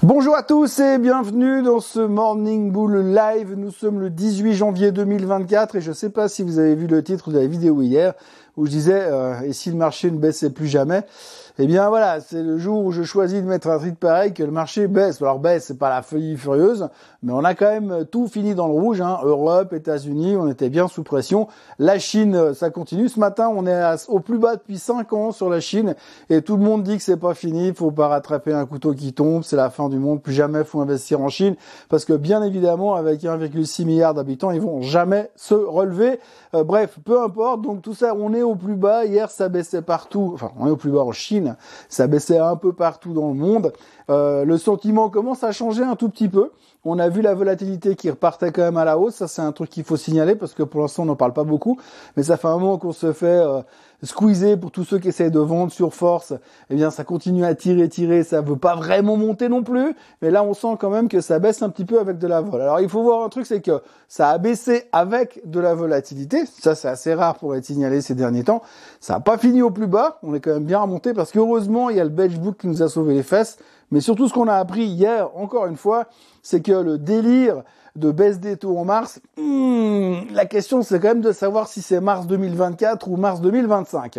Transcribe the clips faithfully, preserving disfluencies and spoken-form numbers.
Bonjour à tous et bienvenue dans ce Morning Bull Live. Nous sommes le dix-huit janvier deux mille vingt-quatre et je ne sais pas si vous avez vu le titre de la vidéo hier où je disais euh, et si le marché ne baissait plus jamais. Eh bien voilà, c'est le jour où je choisis de mettre un titre pareil que le marché baisse. Alors baisse, c'est pas la folie furieuse, mais on a quand même tout fini dans le rouge, hein. Europe, États-Unis, on était bien sous pression. La Chine, ça continue. Ce matin, on est à, au plus bas depuis cinq ans sur la Chine et tout le monde dit que c'est pas fini, faut pas rattraper un couteau qui tombe, c'est la fin du monde, plus jamais faut investir en Chine parce que bien évidemment, avec un virgule six milliard d'habitants, ils vont jamais se relever. Euh, bref, peu importe. Donc tout ça, on est au plus bas. Hier, ça baissait partout. Enfin, on est au plus bas en Chine. Ça baissait un peu partout dans le monde. Euh, le sentiment commence à changer un tout petit peu. On a vu la volatilité qui repartait quand même à la hausse. Ça, c'est un truc qu'il faut signaler parce que pour l'instant, on n'en parle pas beaucoup. Mais ça fait un moment qu'on se fait euh, squeezer pour tous ceux qui essayent de vendre sur force. Eh bien, ça continue à tirer, tirer. Ça veut pas vraiment monter non plus. Mais là, on sent quand même que ça baisse un petit peu avec de la vol. Alors, il faut voir un truc, c'est que ça a baissé avec de la volatilité. Ça, c'est assez rare pour être signalé ces derniers temps. Ça n'a pas fini au plus bas. On est quand même bien remonté parce qu'heureusement, il y a le benchmark qui nous a sauvé les fesses. Mais surtout, ce qu'on a appris hier, encore une fois, c'est que le délire de baisse des taux en mars, hmm, la question, c'est quand même de savoir si c'est mars deux mille vingt-quatre ou mars deux mille vingt-cinq.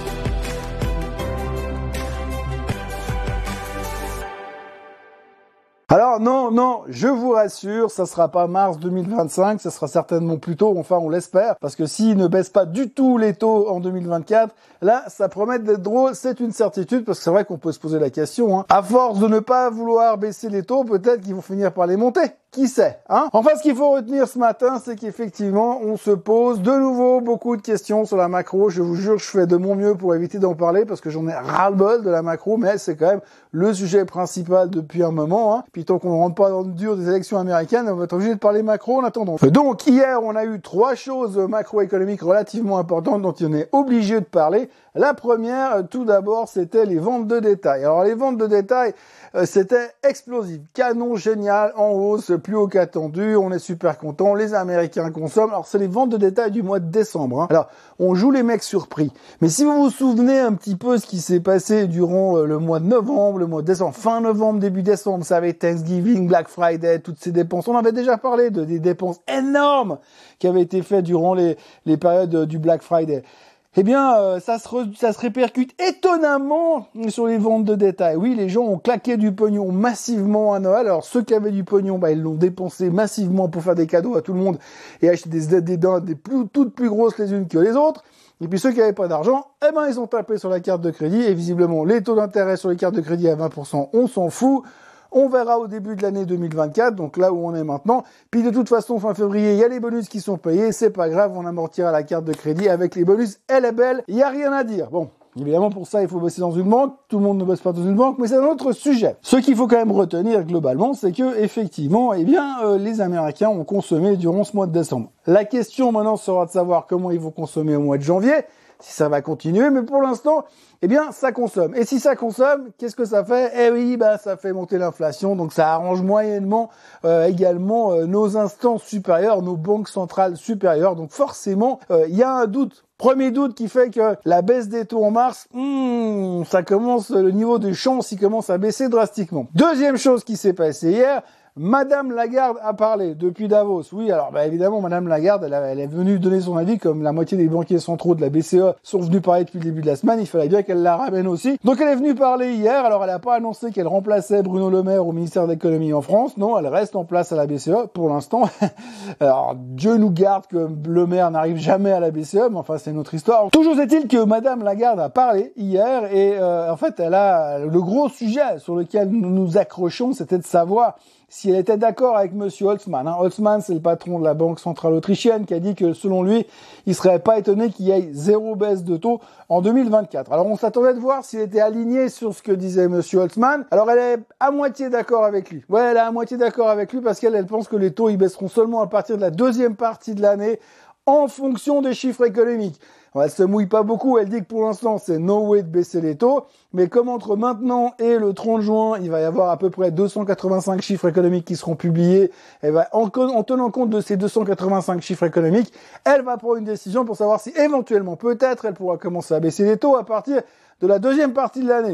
Alors non, non, je vous rassure, ça sera pas mars deux mille vingt-cinq, ça sera certainement plus tôt, enfin on l'espère, parce que s'ils ne baissent pas du tout les taux en deux mille vingt-quatre, là ça promet d'être drôle, c'est une certitude, parce que c'est vrai qu'on peut se poser la question, hein. À force de ne pas vouloir baisser les taux, peut-être qu'ils vont finir par les monter. Qui sait, hein? Enfin, ce qu'il faut retenir ce matin, c'est qu'effectivement, on se pose de nouveau beaucoup de questions sur la macro. Je vous jure, je fais de mon mieux pour éviter d'en parler parce que j'en ai ras-le-bol de la macro, mais c'est quand même le sujet principal depuis un moment, hein. Puis tant qu'on ne rentre pas dans le dur des élections américaines, on va être obligé de parler macro en attendant. Donc, hier, on a eu trois choses macroéconomiques relativement importantes dont on est obligé de parler. La première, tout d'abord, c'était les ventes de détail. Alors, les ventes de détail, euh, c'était explosif, canon génial, en hausse, plus haut qu'attendu, on est super content, les Américains consomment. Alors, c'est les ventes de détail du mois de décembre, hein. Alors, on joue les mecs surpris. Mais si vous vous souvenez un petit peu ce qui s'est passé durant euh, le mois de novembre, le mois de décembre, fin novembre, début décembre, vous savez, Thanksgiving, Black Friday, toutes ces dépenses, on avait déjà parlé de des dépenses énormes qui avaient été faites durant les, les périodes du Black Friday. Eh bien, euh, ça, se re, ça se répercute étonnamment sur les ventes de détail. Oui, les gens ont claqué du pognon massivement à Noël. Alors, ceux qui avaient du pognon, bah, ils l'ont dépensé massivement pour faire des cadeaux à tout le monde et acheter des des dents des plus, toutes plus grosses les unes que les autres. Et puis, ceux qui n'avaient pas d'argent, eh ben, ils ont tapé sur la carte de crédit. Et visiblement, les taux d'intérêt sur les cartes de crédit à vingt pour cent, on s'en fout. On verra au début de l'année deux mille vingt-quatre, donc là où on est maintenant. Puis de toute façon, fin février, il y a les bonus qui sont payés. C'est pas grave, on amortira la carte de crédit avec les bonus. Elle est belle, il y a rien à dire. Bon, évidemment, pour ça, il faut bosser dans une banque. Tout le monde ne bosse pas dans une banque, mais c'est un autre sujet. Ce qu'il faut quand même retenir globalement, c'est que effectivement, eh bien, euh, les Américains ont consommé durant ce mois de décembre. La question maintenant sera de savoir comment ils vont consommer au mois de janvier, si ça va continuer, mais pour l'instant, eh bien, ça consomme. Et si ça consomme, qu'est-ce que ça fait? Eh oui, bah, ça fait monter l'inflation, donc ça arrange moyennement euh, également euh, nos instances supérieures, nos banques centrales supérieures. Donc forcément, il euh, y a un doute. Premier doute qui fait que la baisse des taux en mars, hmm, ça commence, le niveau de chance, il commence à baisser drastiquement. Deuxième chose qui s'est passée hier, Madame Lagarde a parlé depuis Davos. Oui, alors bah, évidemment, Madame Lagarde, elle, a, elle est venue donner son avis, comme la moitié des banquiers centraux de la B C E sont venus parler depuis le début de la semaine. Il fallait bien qu'elle la ramène aussi. Donc elle est venue parler hier. Alors elle n'a pas annoncé qu'elle remplaçait Bruno Le Maire au ministère de l'économie en France. Non, elle reste en place à la B C E pour l'instant. Alors Dieu nous garde que Le Maire n'arrive jamais à la B C E, mais enfin c'est une autre histoire. Toujours est-il que Madame Lagarde a parlé hier et euh, en fait elle a le gros sujet sur lequel nous nous accrochons, c'était de savoir si elle était d'accord avec Monsieur Holtzmann. Hein. Holtzmann, c'est le patron de la Banque centrale autrichienne qui a dit que, selon lui, il serait pas étonné qu'il y ait zéro baisse de taux en deux mille vingt-quatre. Alors, on s'attendait de voir s'il était aligné sur ce que disait Monsieur Holtzmann. Alors, elle est à moitié d'accord avec lui. Ouais, elle est à moitié d'accord avec lui parce qu'elle elle pense que les taux, ils baisseront seulement à partir de la deuxième partie de l'année en fonction des chiffres économiques. Elle se mouille pas beaucoup, elle dit que pour l'instant c'est no way de baisser les taux, mais comme entre maintenant et le trente juin, il va y avoir à peu près deux cent quatre-vingt-cinq chiffres économiques qui seront publiés, elle va, en, en tenant compte de ces deux cent quatre-vingt-cinq chiffres économiques, elle va prendre une décision pour savoir si éventuellement, peut-être, elle pourra commencer à baisser les taux à partir de la deuxième partie de l'année.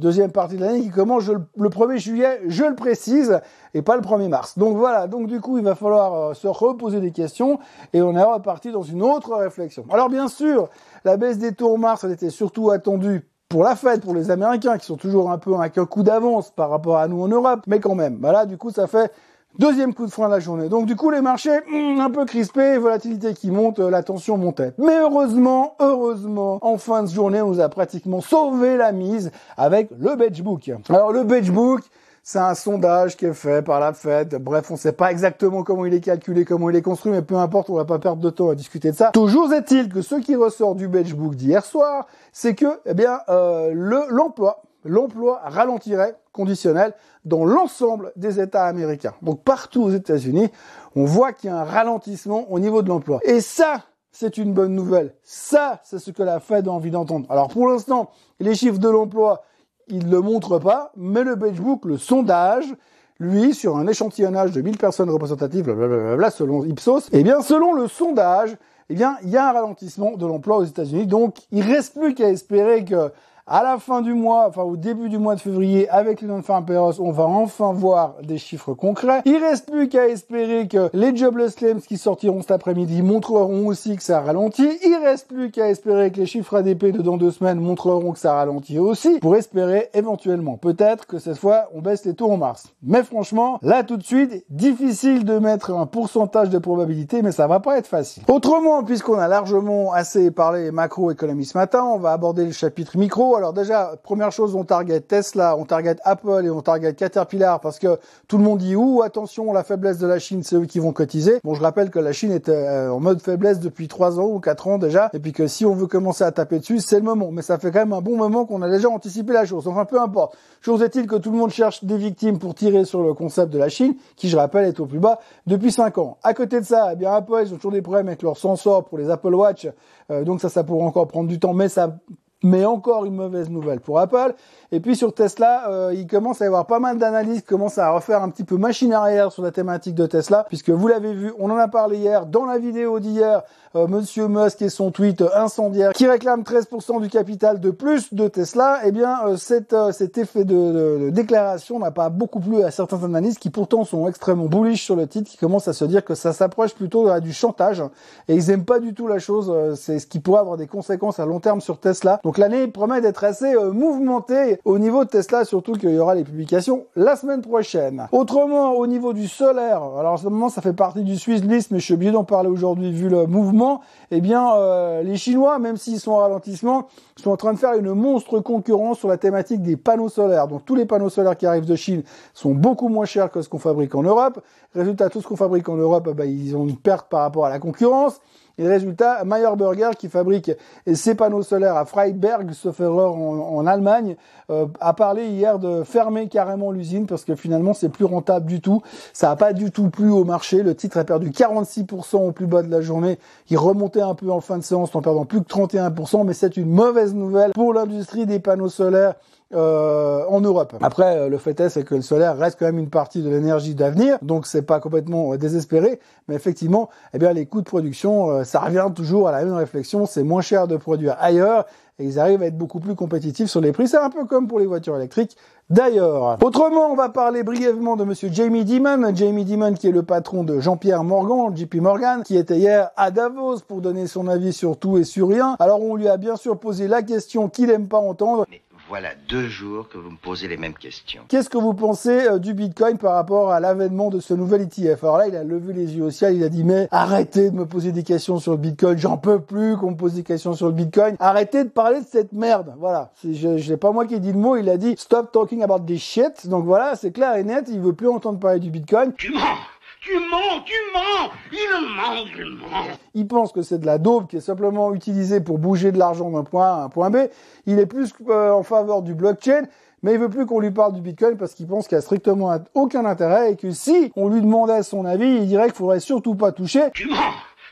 deuxième partie de l'année qui commence je, le premier juillet, je le précise, et pas le premier mars. Donc voilà, donc du coup, il va falloir euh, se reposer des questions et on est reparti dans une autre réflexion. Alors bien sûr, la baisse des taux en mars, elle était surtout attendue pour la Fed, pour les Américains, qui sont toujours un peu avec un coup d'avance par rapport à nous en Europe, mais quand même. Bah là, du coup, ça fait deuxième coup de frein de la journée. Donc du coup, les marchés, hum, un peu crispés, volatilité qui monte, euh, la tension montait. Mais heureusement, heureusement, en fin de journée, on nous a pratiquement sauvé la mise avec le Benchbook. Alors le Benchbook, c'est un sondage qui est fait par la Fed. Bref, on ne sait pas exactement comment il est calculé, comment il est construit, mais peu importe, on va pas perdre de temps à discuter de ça. Toujours est-il que ce qui ressort du Benchbook d'hier soir, c'est que, eh bien, euh, le l'emploi, l'emploi ralentirait, conditionnel, dans l'ensemble des États américains. Donc partout aux États-Unis, on voit qu'il y a un ralentissement au niveau de l'emploi. Et ça, c'est une bonne nouvelle. Ça, c'est ce que la Fed a envie d'entendre. Alors pour l'instant, les chiffres de l'emploi, il ne le montre pas, mais le Benchbook, le sondage, lui, sur un échantillonnage de mille personnes représentatives, blablabla, selon Ipsos, eh bien, selon le sondage, eh bien, il y a un ralentissement de l'emploi aux États-Unis. Donc, il reste plus qu'à espérer que, à la fin du mois, enfin au début du mois de février, avec les non-farm payrolls, on va enfin voir des chiffres concrets. Il reste plus qu'à espérer que les jobless claims qui sortiront cet après-midi montreront aussi que ça ralentit. Il reste plus qu'à espérer que les chiffres A D P de dans deux semaines montreront que ça ralentit aussi, pour espérer éventuellement, peut-être que cette fois, on baisse les taux en mars. Mais franchement, là tout de suite, difficile de mettre un pourcentage de probabilité, mais ça va pas être facile. Autrement, puisqu'on a largement assez parlé macroéconomie ce matin, on va aborder le chapitre micro. Alors déjà, première chose, on target Tesla, on target Apple et on target Caterpillar parce que tout le monde dit « Ouh, attention, la faiblesse de la Chine, c'est eux qui vont cotiser ». Bon, je rappelle que la Chine était euh, en mode faiblesse depuis trois ans ou quatre ans déjà et puis que si on veut commencer à taper dessus, c'est le moment. Mais ça fait quand même un bon moment qu'on a déjà anticipé la chose. Enfin, peu importe. Chose est-il que tout le monde cherche des victimes pour tirer sur le concept de la Chine, qui, je rappelle, est au plus bas depuis cinq ans. À côté de ça, eh bien, Apple, ils ont toujours des problèmes avec leur sensor pour les Apple Watch. Euh, donc ça, ça pourrait encore prendre du temps, mais ça... Mais encore une mauvaise nouvelle pour Apple. Et puis sur Tesla, euh, il commence à y avoir pas mal d'analystes qui commencent à refaire un petit peu machine arrière sur la thématique de Tesla, puisque vous l'avez vu, on en a parlé hier, dans la vidéo d'hier, euh, Monsieur Musk et son tweet incendiaire qui réclame treize pour cent du capital de plus de Tesla. Eh bien, euh, cet, euh, cet effet de, de, de déclaration n'a pas beaucoup plu à certains analystes qui pourtant sont extrêmement bullish sur le titre, qui commencent à se dire que ça s'approche plutôt à du chantage, et ils aiment pas du tout la chose. Euh, c'est ce qui pourrait avoir des conséquences à long terme sur Tesla. Donc l'année promet d'être assez euh, mouvementée au niveau de Tesla, surtout qu'il y aura les publications la semaine prochaine. Autrement, au niveau du solaire, alors en ce moment ça fait partie du Swiss List, mais je suis obligé d'en parler aujourd'hui vu le mouvement, eh bien euh, les Chinois, même s'ils sont en ralentissement, sont en train de faire une monstre concurrence sur la thématique des panneaux solaires. Donc tous les panneaux solaires qui arrivent de Chine sont beaucoup moins chers que ce qu'on fabrique en Europe. Résultat, tout ce qu'on fabrique en Europe, bah, ils ont une perte par rapport à la concurrence. Et le résultat, Meyer Burger, qui fabrique ses panneaux solaires à Freiberg, sauf erreur en, en Allemagne, euh, a parlé hier de fermer carrément l'usine parce que finalement, c'est plus rentable du tout. Ça n'a pas du tout plu au marché. Le titre a perdu quarante-six pour cent au plus bas de la journée. Il remontait un peu en fin de séance en perdant plus que trente et un pour cent, mais c'est une mauvaise nouvelle pour l'industrie des panneaux solaires Euh, en Europe. Après, le fait est, c'est que le solaire reste quand même une partie de l'énergie d'avenir, donc c'est pas complètement euh, désespéré, mais effectivement, eh bien, les coûts de production, euh, ça revient toujours à la même réflexion, c'est moins cher de produire ailleurs, et ils arrivent à être beaucoup plus compétitifs sur les prix. C'est un peu comme pour les voitures électriques, d'ailleurs. Autrement, on va parler brièvement de monsieur Jamie Dimon, Jamie Dimon qui est le patron de Jean-Pierre Morgan, J P Morgan, qui était hier à Davos pour donner son avis sur tout et sur rien. Alors, on lui a bien sûr posé la question qu'il aime pas entendre. Mais voilà deux jours que vous me posez les mêmes questions. Qu'est-ce que vous pensez euh, du Bitcoin par rapport à l'avènement de ce nouvel E T F? Alors là, il a levé les yeux au ciel, il a dit « Mais arrêtez de me poser des questions sur le Bitcoin, j'en peux plus qu'on me pose des questions sur le Bitcoin. Arrêtez de parler de cette merde. » Voilà, je je sais pas moi qui ai dit le mot, il a dit « Stop talking about this shit. » Donc voilà, c'est clair et net, il veut plus entendre parler du Bitcoin. Tu mens! Tu mens, tu mens, il ment, il ment. Il pense que c'est de la dope qui est simplement utilisée pour bouger de l'argent d'un point A à un point B. Il est plus euh, en faveur du blockchain, mais il veut plus qu'on lui parle du Bitcoin parce qu'il pense qu'il n'y a strictement aucun intérêt et que si on lui demandait son avis, il dirait qu'il faudrait surtout pas toucher. Tu mens,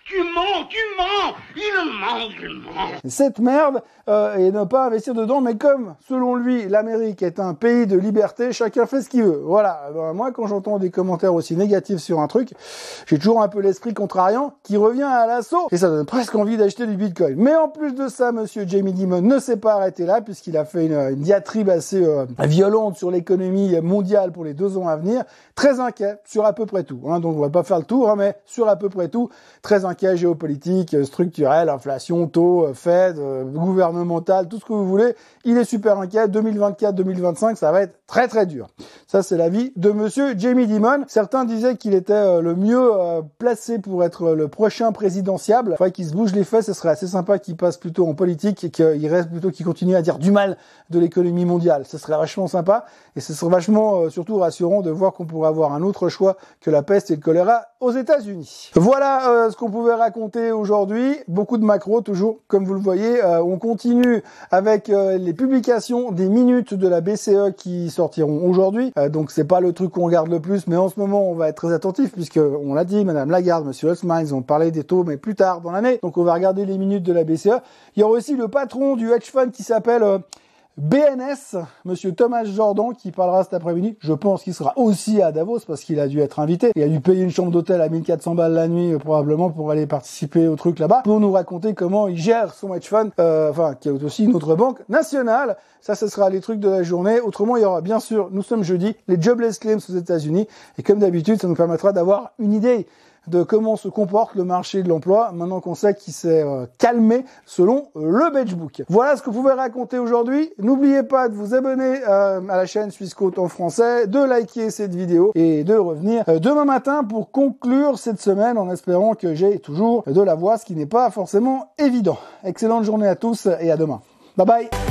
Tu mens, tu mens. Il ment, il ment. Cette merde, euh, et ne pas investir dedans, mais comme, selon lui, l'Amérique est un pays de liberté, chacun fait ce qu'il veut. Voilà. Ben, moi, quand j'entends des commentaires aussi négatifs sur un truc, j'ai toujours un peu l'esprit contrariant qui revient à l'assaut, et ça donne presque envie d'acheter du Bitcoin. Mais en plus de ça, monsieur Jamie Dimon ne s'est pas arrêté là, puisqu'il a fait une, une diatribe assez euh, violente sur l'économie mondiale pour les deux ans à venir, très inquiet sur à peu près tout. Hein, donc on va pas faire le tour, hein, mais sur à peu près tout, très inquiet géopolitique, structurel, inflation, taux, Fed, euh, gouvernemental, tout ce que vous voulez. Il est super inquiet. deux mille vingt-quatre deux mille vingt-cinq, ça va être très très dur. Ça, c'est l'avis de monsieur Jamie Dimon. Certains disaient qu'il était euh, le mieux euh, placé pour être le prochain présidentiable. Il faudrait qu'il se bouge les fesses. Ce serait assez sympa qu'il passe plutôt en politique et qu'il reste plutôt qu'il continue à dire du mal de l'économie mondiale. Ce serait vachement sympa et ce serait vachement euh, surtout rassurant de voir qu'on pourrait avoir un autre choix que la peste et le choléra aux États-Unis. Voilà euh, ce qu'on pouvait raconter aujourd'hui. Beaucoup de macro, toujours, comme vous le voyez. Euh, on continue avec euh, les publications des minutes de la B C E qui sortiront aujourd'hui. Euh, donc c'est pas le truc qu'on regarde le plus, mais en ce moment on va être très attentif puisque on l'a dit, Madame Lagarde, Monsieur Haussmann, ils ont parlé des taux, mais plus tard dans l'année. Donc on va regarder les minutes de la B C E. Il y aura aussi le patron du hedge fund qui s'appelle euh, B N S, monsieur Thomas Jordan, qui parlera cet après-midi. Je pense qu'il sera aussi à Davos parce qu'il a dû être invité. Il a dû payer une chambre d'hôtel à mille quatre cents balles la nuit, euh, probablement, pour aller participer au truc là-bas, pour nous raconter comment il gère son hedge fund, euh, enfin, qui est aussi une autre banque nationale. Ça, ce sera les trucs de la journée. Autrement, il y aura bien sûr, nous sommes jeudi, les jobless claims aux États-Unis. Et comme d'habitude, ça nous permettra d'avoir une idée de comment se comporte le marché de l'emploi, maintenant qu'on sait qu'il s'est euh, calmé selon euh, le Benchbook. Voilà ce que vous pouvez raconter aujourd'hui. N'oubliez pas de vous abonner euh, à la chaîne Swissquote en français, de liker cette vidéo et de revenir euh, demain matin pour conclure cette semaine en espérant que j'ai toujours de la voix, ce qui n'est pas forcément évident. Excellente journée à tous et à demain. Bye bye.